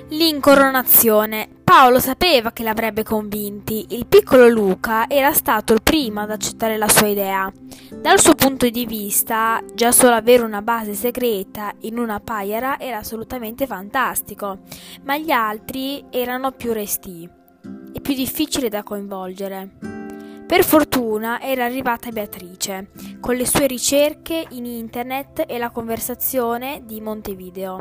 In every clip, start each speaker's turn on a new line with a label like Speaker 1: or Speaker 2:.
Speaker 1: L'incoronazione. Paolo sapeva che l'avrebbe convinti. Il piccolo Luca era stato il primo ad accettare la sua idea. Dal suo punto di vista, già solo avere una base segreta in una paiera era assolutamente fantastico, ma gli altri erano più restii e più difficili da coinvolgere. Per fortuna era arrivata Beatrice, con le sue ricerche in internet e la conversazione di Montevideo.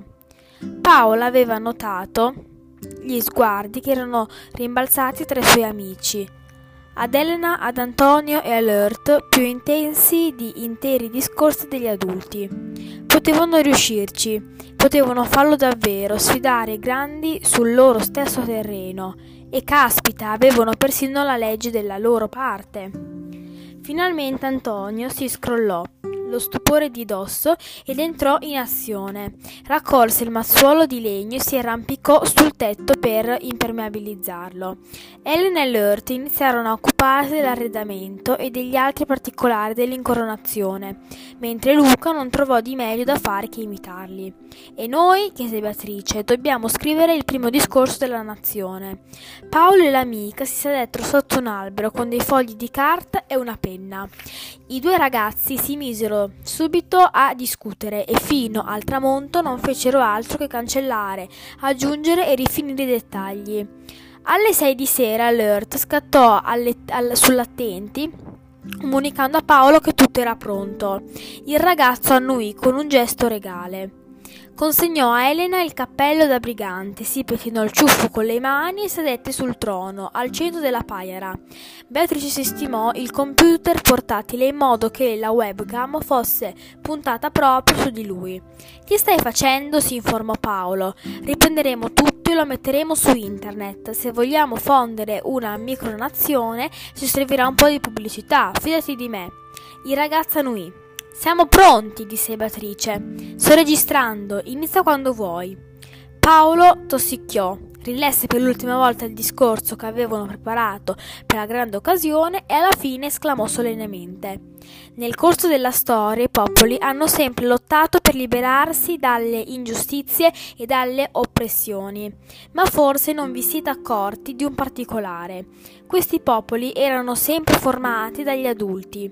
Speaker 1: Paola aveva notato gli sguardi che erano rimbalzati tra i suoi amici, ad Elena, ad Antonio e all'Earth, più intensi di interi discorsi degli adulti. Potevano riuscirci, potevano farlo davvero, sfidare i grandi sul loro stesso terreno, e caspita, avevano persino la legge della loro parte. Finalmente Antonio si scrollò lo stupore di dosso ed entrò in azione. Raccolse il mazzuolo di legno e si arrampicò sul tetto per impermeabilizzarlo. Elena e Lurt iniziarono a occuparsi dell'arredamento e degli altri particolari dell'incoronazione, mentre Luca non trovò di meglio da fare che imitarli. E noi, chiese Beatrice, dobbiamo scrivere il primo discorso della nazione. Paolo e l'amica si sedettero sotto un albero con dei fogli di carta e una penna. I due ragazzi si misero subito a discutere e fino al tramonto non fecero altro che cancellare, aggiungere e rifinire i dettagli. Alle 6 di sera l'Earth scattò sull'attenti, comunicando a Paolo che tutto era pronto. Il ragazzo annuì con un gesto regale. Consegnò a Elena il cappello da brigante, si pettinò il ciuffo con le mani e sedette sul trono, al centro della paiera. Beatrice sistemò il computer portatile in modo che la webcam fosse puntata proprio su di lui. «Che stai facendo?» si informò Paolo. «Riprenderemo tutto e lo metteremo su internet. Se vogliamo fondere una micronazione ci servirà un po' di pubblicità, fidati di me». Il ragazzo annuì. «Siamo pronti», disse Beatrice. «Sto registrando, inizia quando vuoi». Paolo tossicchiò, rilesse per l'ultima volta il discorso che avevano preparato per la grande occasione e alla fine esclamò solennemente: «Nel corso della storia i popoli hanno sempre lottato per liberarsi dalle ingiustizie e dalle oppressioni, ma forse non vi siete accorti di un particolare. Questi popoli erano sempre formati dagli adulti,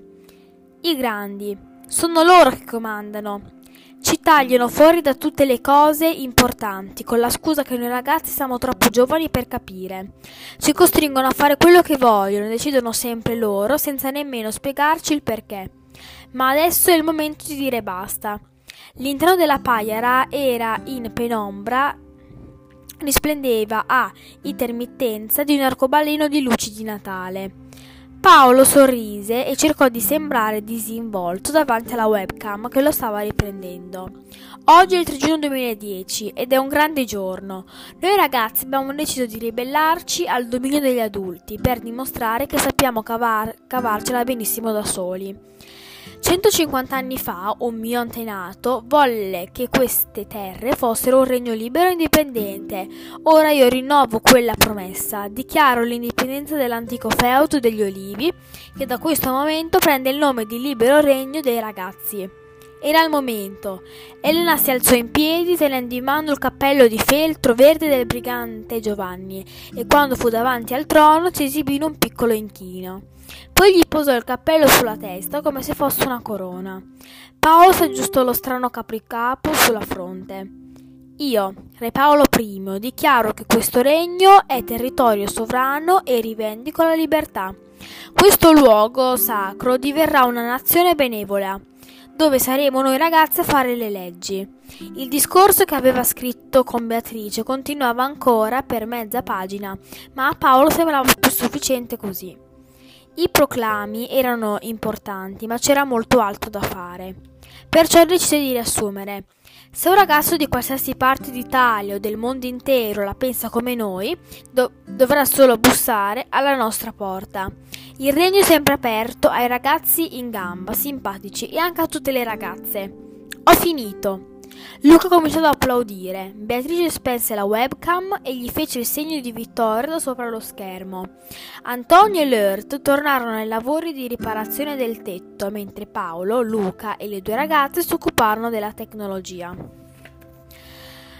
Speaker 1: i grandi. Sono loro che comandano. Ci tagliano fuori da tutte le cose importanti con la scusa che noi ragazzi siamo troppo giovani per capire. Ci costringono a fare quello che vogliono e decidono sempre loro senza nemmeno spiegarci il perché. Ma adesso è il momento di dire basta». L'interno della paiera era in penombra, risplendeva a intermittenza di un arcobaleno di luci di Natale. Paolo sorrise e cercò di sembrare disinvolto davanti alla webcam che lo stava riprendendo. «Oggi è il 3 giugno 2010 ed è un grande giorno. Noi ragazzi abbiamo deciso di ribellarci al dominio degli adulti per dimostrare che sappiamo cavarcela benissimo da soli. 150 anni fa un mio antenato volle che queste terre fossero un regno libero e indipendente. Ora io rinnovo quella promessa, dichiaro l'indipendenza dell'antico feudo degli Olivi, che da questo momento prende il nome di Libero Regno dei Ragazzi». Era il momento. Elena si alzò in piedi tenendo in mano il cappello di feltro verde del brigante Giovanni e quando fu davanti al trono si esibì in un piccolo inchino. Poi gli posò il cappello sulla testa come se fosse una corona. Paolo si aggiustò lo strano capricapo sulla fronte. «Io, re Paolo I, dichiaro che questo regno è territorio sovrano e rivendico la libertà. Questo luogo sacro diverrà una nazione benevola, dove saremo noi ragazzi a fare le leggi». Il discorso che aveva scritto con Beatrice continuava ancora per mezza pagina, ma a Paolo sembrava più sufficiente così. I proclami erano importanti, ma c'era molto altro da fare. Perciò decise di riassumere: «Se un ragazzo di qualsiasi parte d'Italia o del mondo intero la pensa come noi, dovrà solo bussare alla nostra porta. Il regno è sempre aperto ai ragazzi in gamba, simpatici, e anche a tutte le ragazze. Ho finito». Luca cominciò ad applaudire. Beatrice spense la webcam e gli fece il segno di vittoria da sopra lo schermo. Antonio e Lurt tornarono ai lavori di riparazione del tetto, mentre Paolo, Luca e le due ragazze si occuparono della tecnologia.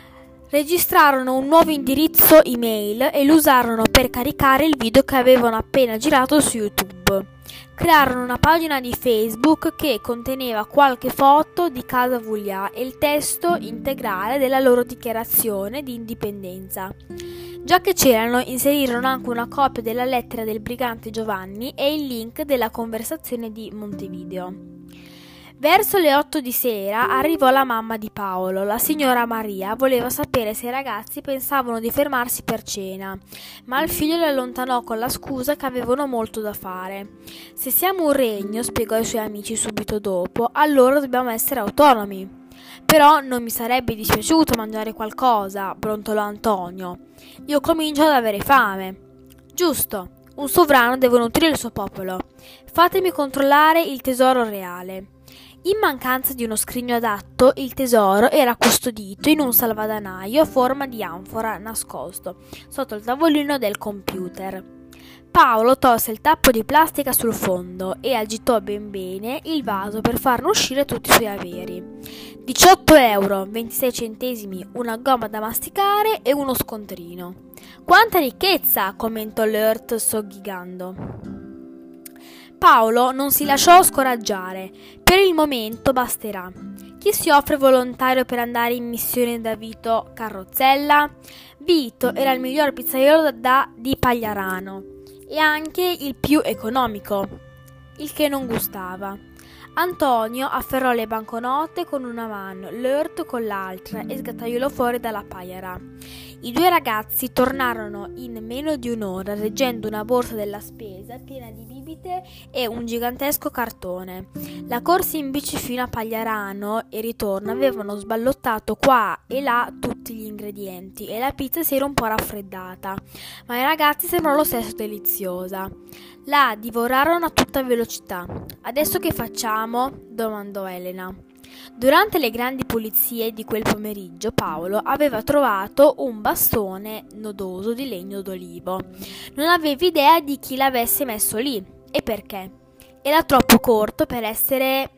Speaker 1: Registrarono un nuovo indirizzo email e lo usarono per caricare il video che avevano appena girato su YouTube. Crearono una pagina di Facebook che conteneva qualche foto di Casa Vouliat e il testo integrale della loro dichiarazione di indipendenza. Già che c'erano, inserirono anche una copia della lettera del brigante Giovanni e il link della conversazione di Montevideo. Verso le 8 di sera arrivò la mamma di Paolo. La signora Maria voleva sapere se i ragazzi pensavano di fermarsi per cena, ma il figlio li allontanò con la scusa che avevano molto da fare. Se siamo un regno, spiegò ai suoi amici subito dopo, allora dobbiamo essere autonomi. Però non mi sarebbe dispiaciuto mangiare qualcosa, brontolò Antonio. Io comincio ad avere fame. Giusto, un sovrano deve nutrire il suo popolo. Fatemi controllare il tesoro reale. In mancanza di uno scrigno adatto, il tesoro era custodito in un salvadanaio a forma di anfora nascosto sotto il tavolino del computer. Paolo tolse il tappo di plastica sul fondo e agitò ben bene il vaso per farne uscire tutti i suoi averi. 18 euro, 26 centesimi, una gomma da masticare e uno scontrino. Quanta ricchezza, commentò Lurt sogghigando. Paolo non si lasciò scoraggiare. Per il momento basterà. Chi si offre volontario per andare in missione da Vito Carrozzella? Vito era il miglior pizzaiolo di Pagliarano e anche il più economico, il che non gustava. Antonio afferrò le banconote con una mano, Lurt con l'altra e sgattaiolò fuori dalla paiera. I due ragazzi tornarono in meno di un'ora reggendo una borsa della spesa piena di bibite e un gigantesco cartone. La corsa in bici fino a Pagliarano e ritorno avevano sballottato qua e là tutti gli ingredienti e la pizza si era un po' raffreddata, ma ai ragazzi sembrò lo stesso deliziosa. La divorarono a tutta velocità. Adesso che facciamo? Domandò Elena. Durante le grandi pulizie di quel pomeriggio Paolo aveva trovato un bastone nodoso di legno d'olivo. Non aveva idea di chi l'avesse messo lì e perché. Era troppo corto per essere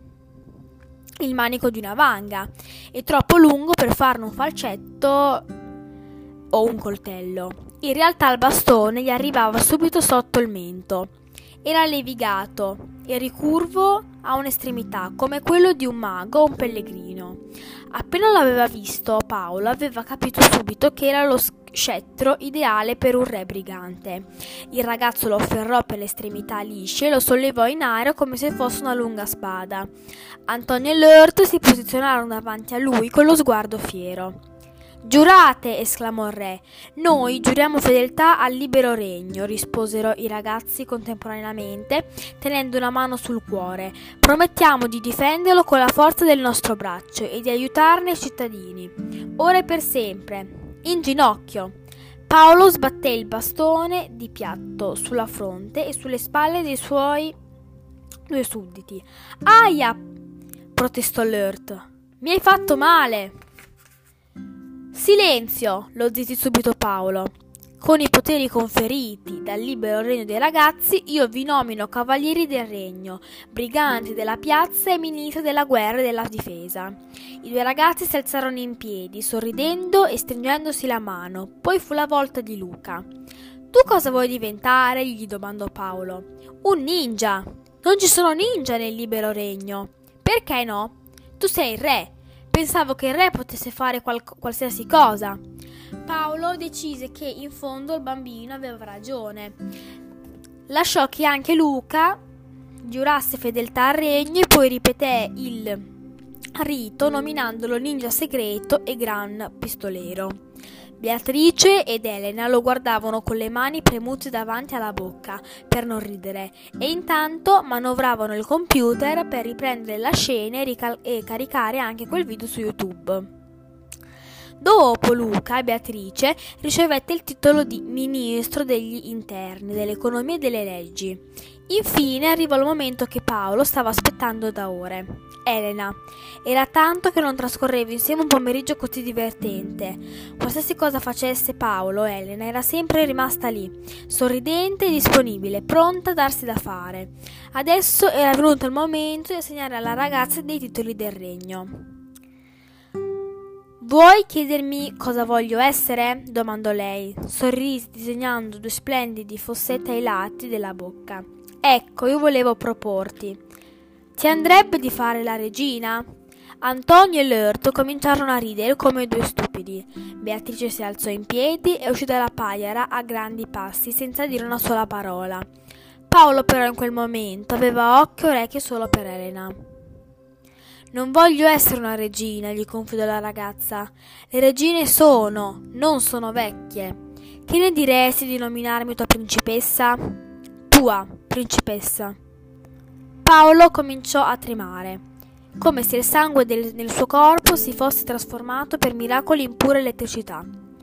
Speaker 1: il manico di una vanga e troppo lungo per farne un falcetto o un coltello. In realtà il bastone gli arrivava subito sotto il mento. Era levigato e ricurvo a un'estremità, come quello di un mago o un pellegrino. Appena l'aveva visto, Paolo aveva capito subito che era lo scettro ideale per un re brigante. Il ragazzo lo afferrò per le estremità lisce e lo sollevò in aria come se fosse una lunga spada. Antonio e Lurt si posizionarono davanti a lui con lo sguardo fiero. «Giurate!» esclamò il re. «Noi giuriamo fedeltà al libero regno», risposero i ragazzi contemporaneamente, tenendo una mano sul cuore. «Promettiamo di difenderlo con la forza del nostro braccio e di aiutarne i cittadini, ora e per sempre. In ginocchio!» Paolo sbatté il bastone di piatto sulla fronte e sulle spalle dei suoi due sudditi. «Aia!» protestò Lurt. «Mi hai fatto male!» «Silenzio!» lo zittì subito Paolo. «Con i poteri conferiti dal libero regno dei ragazzi, io vi nomino cavalieri del regno, briganti della piazza e ministri della guerra e della difesa». I due ragazzi si alzarono in piedi, sorridendo e stringendosi la mano. Poi fu la volta di Luca. «Tu cosa vuoi diventare?» gli domandò Paolo. «Un ninja!» «Non ci sono ninja nel libero regno!» «Perché no? Tu sei il re!» Pensavo che il re potesse fare qualsiasi cosa. Paolo decise che in fondo il bambino aveva ragione. Lasciò che anche Luca giurasse fedeltà al regno e poi ripeté il rito nominandolo ninja segreto e gran pistolero. Beatrice ed Elena lo guardavano con le mani premute davanti alla bocca per non ridere e intanto manovravano il computer per riprendere la scena e caricare anche quel video su YouTube. Dopo Luca e Beatrice ricevette il titolo di ministro degli interni, dell'economia e delle leggi. Infine arrivò il momento che Paolo stava aspettando da ore. Elena. Era tanto che non trascorreva insieme un pomeriggio così divertente. Qualsiasi cosa facesse Paolo, Elena era sempre rimasta lì, sorridente e disponibile, pronta a darsi da fare. Adesso era venuto il momento di assegnare alla ragazza dei titoli del regno. Vuoi chiedermi cosa voglio essere? Domandò lei. Sorrise disegnando 2 splendidi fossetti ai lati della bocca. Ecco, io volevo proporti. Ti andrebbe di fare la regina? Antonio e Lurto cominciarono a ridere come 2 stupidi. Beatrice si alzò in piedi e uscì dalla paiera a grandi passi senza dire una sola parola. Paolo però in quel momento aveva occhio e orecchie solo per Elena. Non voglio essere una regina, gli confidò la ragazza. Le regine non sono vecchie. Che ne diresti di nominarmi tua principessa? Tua principessa. Paolo cominciò a tremare, come se il sangue nel suo corpo si fosse trasformato per miracoli in pura elettricità.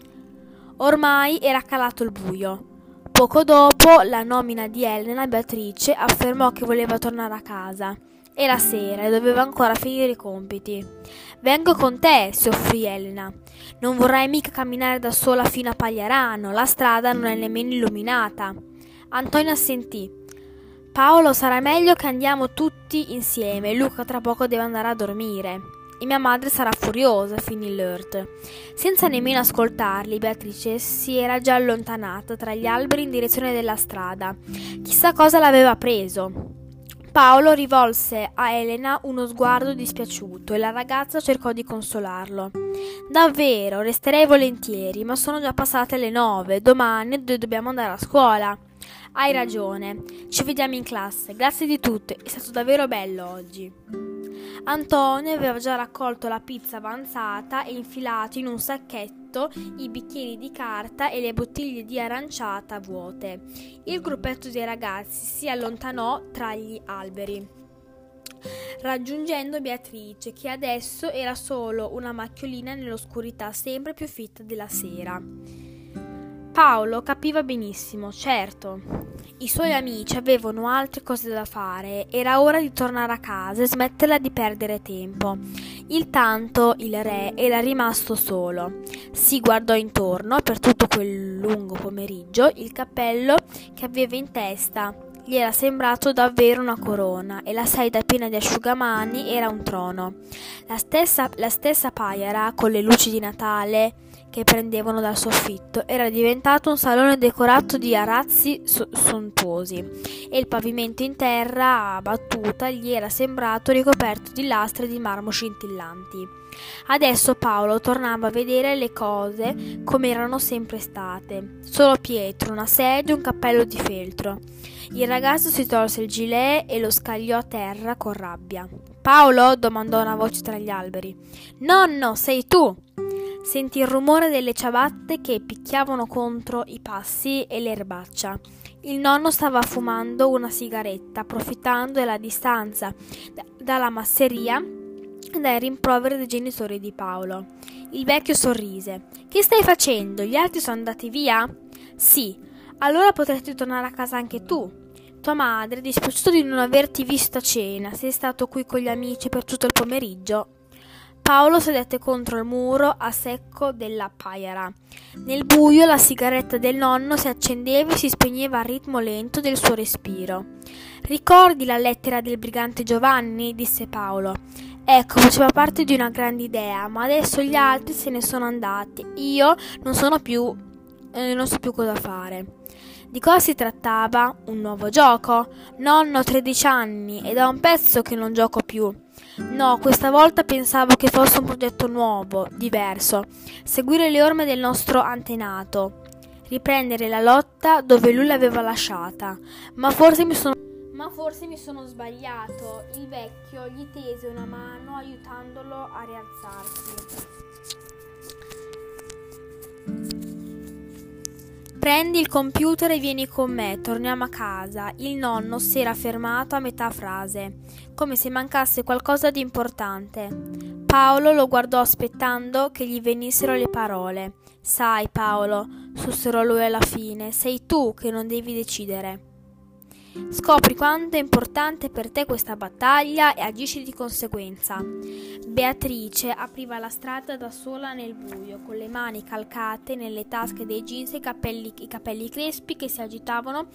Speaker 1: Ormai era calato il buio. Poco dopo la nomina di Elena, Beatrice affermò che voleva tornare a casa. Era sera e doveva ancora finire i compiti. Vengo con te, si offrì Elena. Non vorrai mica camminare da sola fino a Pagliarano, la strada non è nemmeno illuminata. Antonio assentì. Paolo, sarà meglio che andiamo tutti insieme, Luca tra poco deve andare a dormire. E mia madre sarà furiosa, finì Lurt. Senza nemmeno ascoltarli, Beatrice si era già allontanata tra gli alberi in direzione della strada. Chissà cosa l'aveva preso. Paolo rivolse a Elena uno sguardo dispiaciuto e la ragazza cercò di consolarlo. Davvero, resterei volentieri, ma sono già passate le 9, domani dobbiamo andare a scuola. Hai ragione, ci vediamo in classe, grazie di tutto, è stato davvero bello oggi. Antonio aveva già raccolto la pizza avanzata e infilato in un sacchetto i bicchieri di carta e le bottiglie di aranciata vuote. Il gruppetto dei ragazzi si allontanò tra gli alberi, raggiungendo Beatrice, che adesso era solo una macchiolina nell'oscurità sempre più fitta della sera. Paolo capiva benissimo, certo. I suoi amici avevano altre cose da fare, era ora di tornare a casa e smetterla di perdere tempo. Intanto il re era rimasto solo. Si guardò intorno per tutto quel lungo pomeriggio, il cappello che aveva in testa gli era sembrato davvero una corona e la sedia piena di asciugamani era un trono. La stessa paiera con le luci di Natale che prendevano dal soffitto era diventato un salone decorato di arazzi sontuosi e il pavimento in terra battuta gli era sembrato ricoperto di lastre di marmo scintillanti. Adesso Paolo tornava a vedere le cose come erano sempre state: solo Pietro, una sedia e un cappello di feltro. Il ragazzo si tolse il gilet e lo scagliò a terra con rabbia. Paolo? Domandò una voce tra gli alberi. Nonno, sei tu! Sentì il rumore delle ciabatte che picchiavano contro i passi e l'erbaccia. Il nonno stava fumando una sigaretta, approfittando della distanza dalla masseria e dai rimproveri dei genitori di Paolo. Il vecchio sorrise. Che stai facendo? Gli altri sono andati via? Sì. Allora potresti tornare a casa anche tu. Tua madre è dispiaciuta di non averti visto a cena. Sei stato qui con gli amici per tutto il pomeriggio. Paolo sedette contro il muro a secco della paiera. Nel buio la sigaretta del nonno si accendeva e si spegneva al ritmo lento del suo respiro. Ricordi la lettera del brigante Giovanni? Disse Paolo. Ecco, faceva parte di una grande idea, ma adesso gli altri se ne sono andati. Io non so più cosa fare. Di cosa si trattava? Un nuovo gioco? Nonno, ho 13 anni, è da un pezzo che non gioco più. No, questa volta pensavo che fosse un progetto nuovo, diverso. Seguire le orme del nostro antenato. Riprendere la lotta dove lui l'aveva lasciata. Ma forse mi sono sbagliato. Il vecchio gli tese una mano aiutandolo a rialzarsi. Prendi il computer e vieni con me, torniamo a casa. Il nonno si era fermato a metà frase, come se mancasse qualcosa di importante. Paolo lo guardò aspettando che gli venissero le parole. Sai, Paolo, sussurrò lui alla fine, sei tu che non devi decidere. Scopri quanto è importante per te questa battaglia e agisci di conseguenza. Beatrice apriva la strada da sola nel buio, con le mani calcate nelle tasche dei jeans e i capelli crespi che si agitavano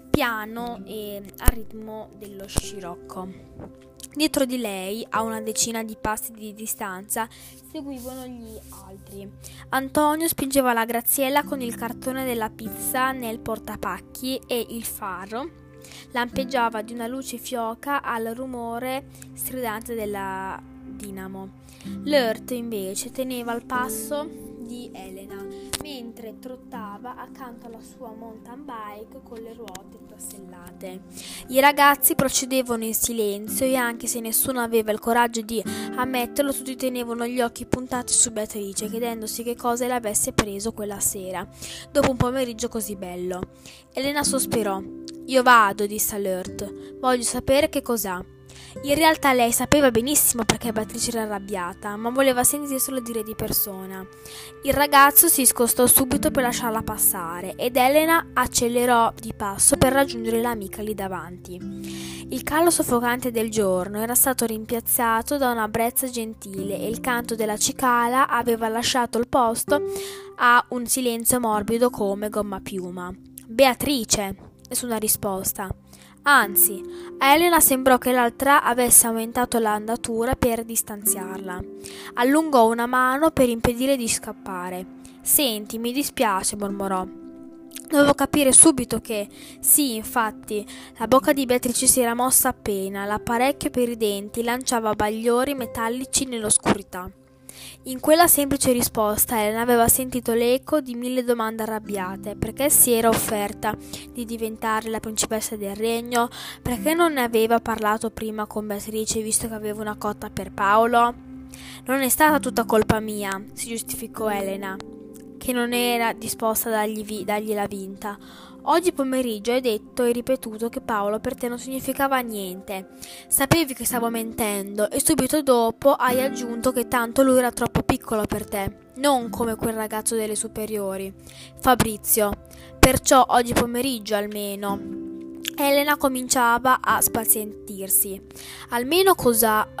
Speaker 1: piano e al ritmo dello scirocco. Dietro di lei, a una decina di passi di distanza, seguivano gli altri. Antonio spingeva la Graziella con il cartone della pizza nel portapacchi e il faro lampeggiava di una luce fioca al rumore stridente della dinamo. L'Earth invece teneva il passo di Elena mentre trottava accanto alla sua mountain bike con le ruote tassellate. I ragazzi procedevano in silenzio e anche se nessuno aveva il coraggio di ammetterlo, tutti tenevano gli occhi puntati su Beatrice, chiedendosi che cosa le avesse preso quella sera, dopo un pomeriggio così bello. Elena sospirò. «Io vado», disse all'Earth. «Voglio sapere che cos'ha». In realtà lei sapeva benissimo perché Beatrice era arrabbiata, ma voleva sentirselo dire di persona. Il ragazzo si scostò subito per lasciarla passare ed Elena accelerò di passo per raggiungere l'amica lì davanti. Il caldo soffocante del giorno era stato rimpiazzato da una brezza gentile e il canto della cicala aveva lasciato il posto a un silenzio morbido come gomma piuma. «Beatrice!» Nessuna risposta. Anzi, a Elena sembrò che l'altra avesse aumentato l'andatura per distanziarla. Allungò una mano per impedire di scappare. «Senti, mi dispiace», mormorò. Dovevo capire subito che, sì, infatti, la bocca di Beatrice si era mossa appena, l'apparecchio per i denti lanciava bagliori metallici nell'oscurità. In quella semplice risposta Elena aveva sentito l'eco di 1000 domande arrabbiate. Perché si era offerta di diventare la principessa del regno? Perché non ne aveva parlato prima con Beatrice visto che aveva una cotta per Paolo? Non è stata tutta colpa mia, si giustificò Elena, che non era disposta a dargliela vinta. Oggi pomeriggio hai detto e ripetuto che Paolo per te non significava niente. Sapevi che stavo mentendo e subito dopo hai aggiunto che tanto lui era troppo piccolo per te, non come quel ragazzo delle superiori. Fabrizio, perciò oggi pomeriggio almeno. Elena cominciava a spazientirsi. Almeno cosa?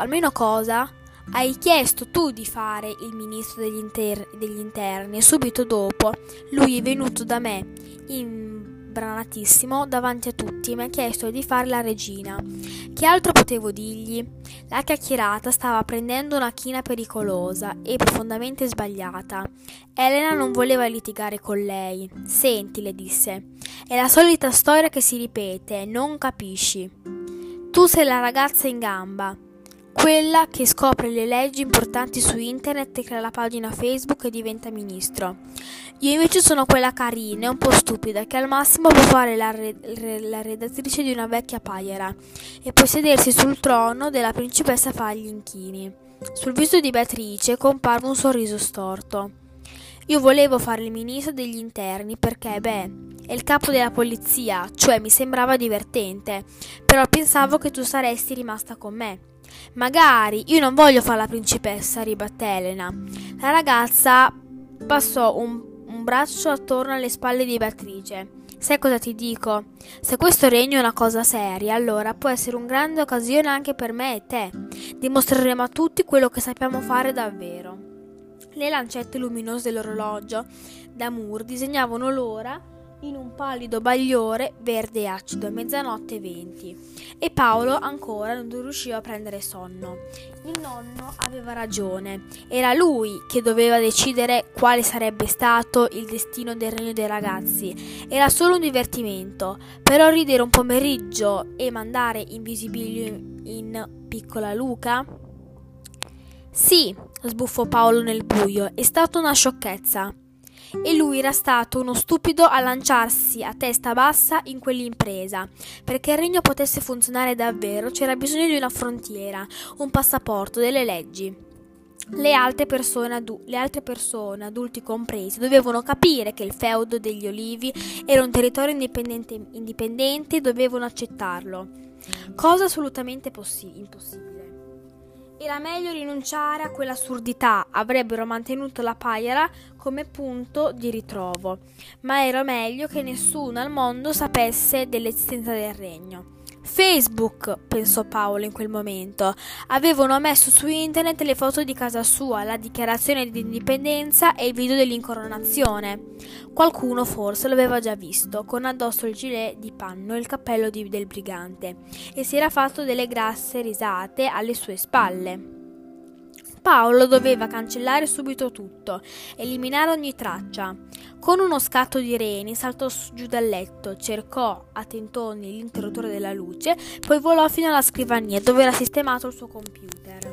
Speaker 1: Hai chiesto tu di fare il ministro degli interni e subito dopo lui è venuto da me, imbranatissimo, davanti a tutti e mi ha chiesto di fare la regina. Che altro potevo dirgli? La chiacchierata stava prendendo una china pericolosa e profondamente sbagliata. Elena non voleva litigare con lei. Senti, le disse, è la solita storia che si ripete, non capisci. Tu sei la ragazza in gamba, quella che scopre le leggi importanti su internet e crea la pagina Facebook e diventa ministro. Io invece sono quella carina e un po' stupida che al massimo può fare la redattrice di una vecchia paiera e poi sedersi sul trono della principessa a fare gli inchini. Sul viso di Beatrice comparve un sorriso storto. Io volevo fare il ministro degli interni perché, è il capo della polizia, cioè mi sembrava divertente, però pensavo che tu saresti rimasta con me. Magari, io non voglio fare la principessa, ribatté Elena. La ragazza passò un braccio attorno alle spalle di Beatrice. Sai cosa ti dico? Se questo regno è una cosa seria, allora può essere una grande occasione anche per me e te. Dimostreremo a tutti quello che sappiamo fare davvero. Le lancette luminose dell'orologio d'Amour disegnavano l'ora in un pallido bagliore verde e acido, 00:20, e Paolo ancora non riusciva a prendere sonno. Il nonno aveva ragione, era lui che doveva decidere quale sarebbe stato il destino del regno dei ragazzi. Era solo un divertimento, però ridere un pomeriggio e mandare invisibili in piccola Luca? Sì, sbuffò Paolo nel buio, è stata una sciocchezza. E lui era stato uno stupido a lanciarsi a testa bassa in quell'impresa. Perché il regno potesse funzionare davvero c'era bisogno di una frontiera, un passaporto, delle leggi. Le altre persone, adulti compresi, dovevano capire che il feudo degli Olivi era un territorio indipendente e dovevano accettarlo. Cosa assolutamente impossibile. Era meglio rinunciare a quell'assurdità, avrebbero mantenuto la paiera come punto di ritrovo, ma era meglio che nessuno al mondo sapesse dell'esistenza del regno. Facebook, pensò Paolo in quel momento. Avevano messo su internet le foto di casa sua, la dichiarazione di indipendenza e il video dell'incoronazione. Qualcuno forse l'aveva già visto, con addosso il gilet di panno e il cappello del brigante, e si era fatto delle grasse risate alle sue spalle. Paolo doveva cancellare subito tutto, eliminare ogni traccia. Con uno scatto di reni saltò giù dal letto, cercò a tentoni l'interruttore della luce, poi volò fino alla scrivania dove era sistemato il suo computer.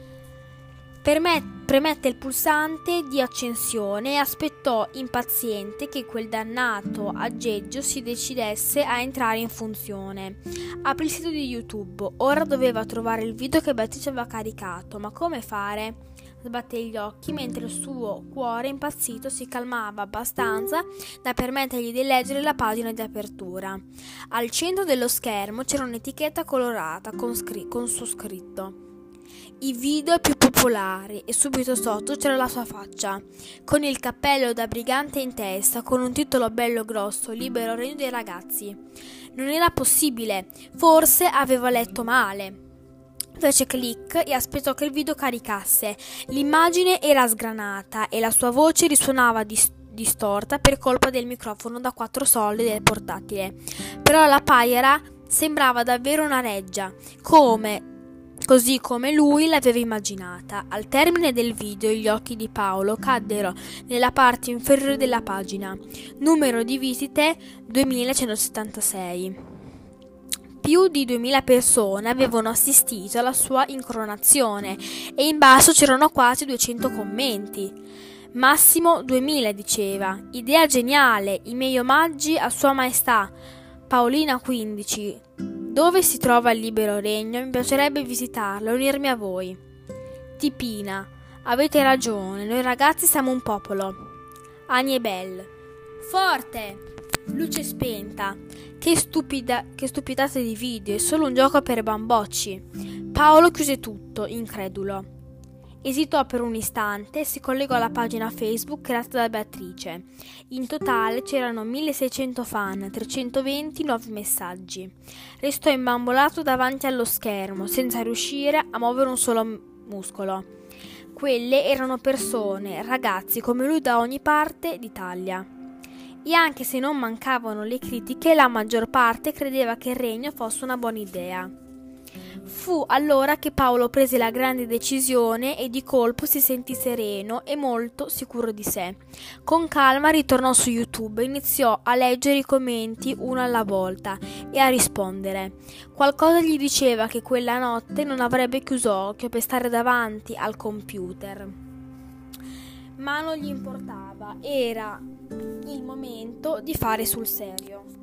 Speaker 1: Premette il pulsante di accensione e aspettò impaziente che quel dannato aggeggio si decidesse a entrare in funzione. Aprì il sito di YouTube. Ora doveva trovare il video che Beatrice aveva caricato, ma come fare? Sbatté gli occhi mentre il suo cuore impazzito si calmava abbastanza da permettergli di leggere la pagina di apertura. Al centro dello schermo c'era un'etichetta colorata con su scritto i video più popolari e subito sotto c'era la sua faccia, con il cappello da brigante in testa, con un titolo bello grosso, Libero Regno dei Ragazzi. Non era possibile, forse aveva letto male. Fece clic e aspettò che il video caricasse. L'immagine era sgranata e la sua voce risuonava distorta per colpa del microfono da 4 soldi del portatile. Però la pagliara sembrava davvero una reggia, così come lui l'aveva immaginata. Al termine del video gli occhi di Paolo caddero nella parte inferiore della pagina. Numero di visite 2176. Più di 2000 persone avevano assistito alla sua incoronazione e in basso c'erano quasi 200 commenti. Massimo 2000, diceva. Idea geniale, i miei omaggi a Sua Maestà. Paolina 15. Dove si trova il Libero Regno? Mi piacerebbe visitarlo e unirmi a voi. Tipina. Avete ragione, noi ragazzi siamo un popolo. Annie Bell. Forte! Luce spenta. Che stupidate di video, è solo un gioco per bambocci. Paolo chiuse tutto, incredulo. Esitò per un istante e si collegò alla pagina Facebook creata da Beatrice. In totale c'erano 1600 fan, 320 nuovi messaggi. Restò imbambolato davanti allo schermo, senza riuscire a muovere un solo muscolo. Quelle erano persone, ragazzi come lui da ogni parte d'Italia. E anche se non mancavano le critiche, la maggior parte credeva che il regno fosse una buona idea. Fu allora che Paolo prese la grande decisione e di colpo si sentì sereno e molto sicuro di sé. Con calma ritornò su YouTube e iniziò a leggere i commenti uno alla volta e a rispondere. Qualcosa gli diceva che quella notte non avrebbe chiuso occhio per stare davanti al computer. Ma non gli importava, era il momento di fare sul serio.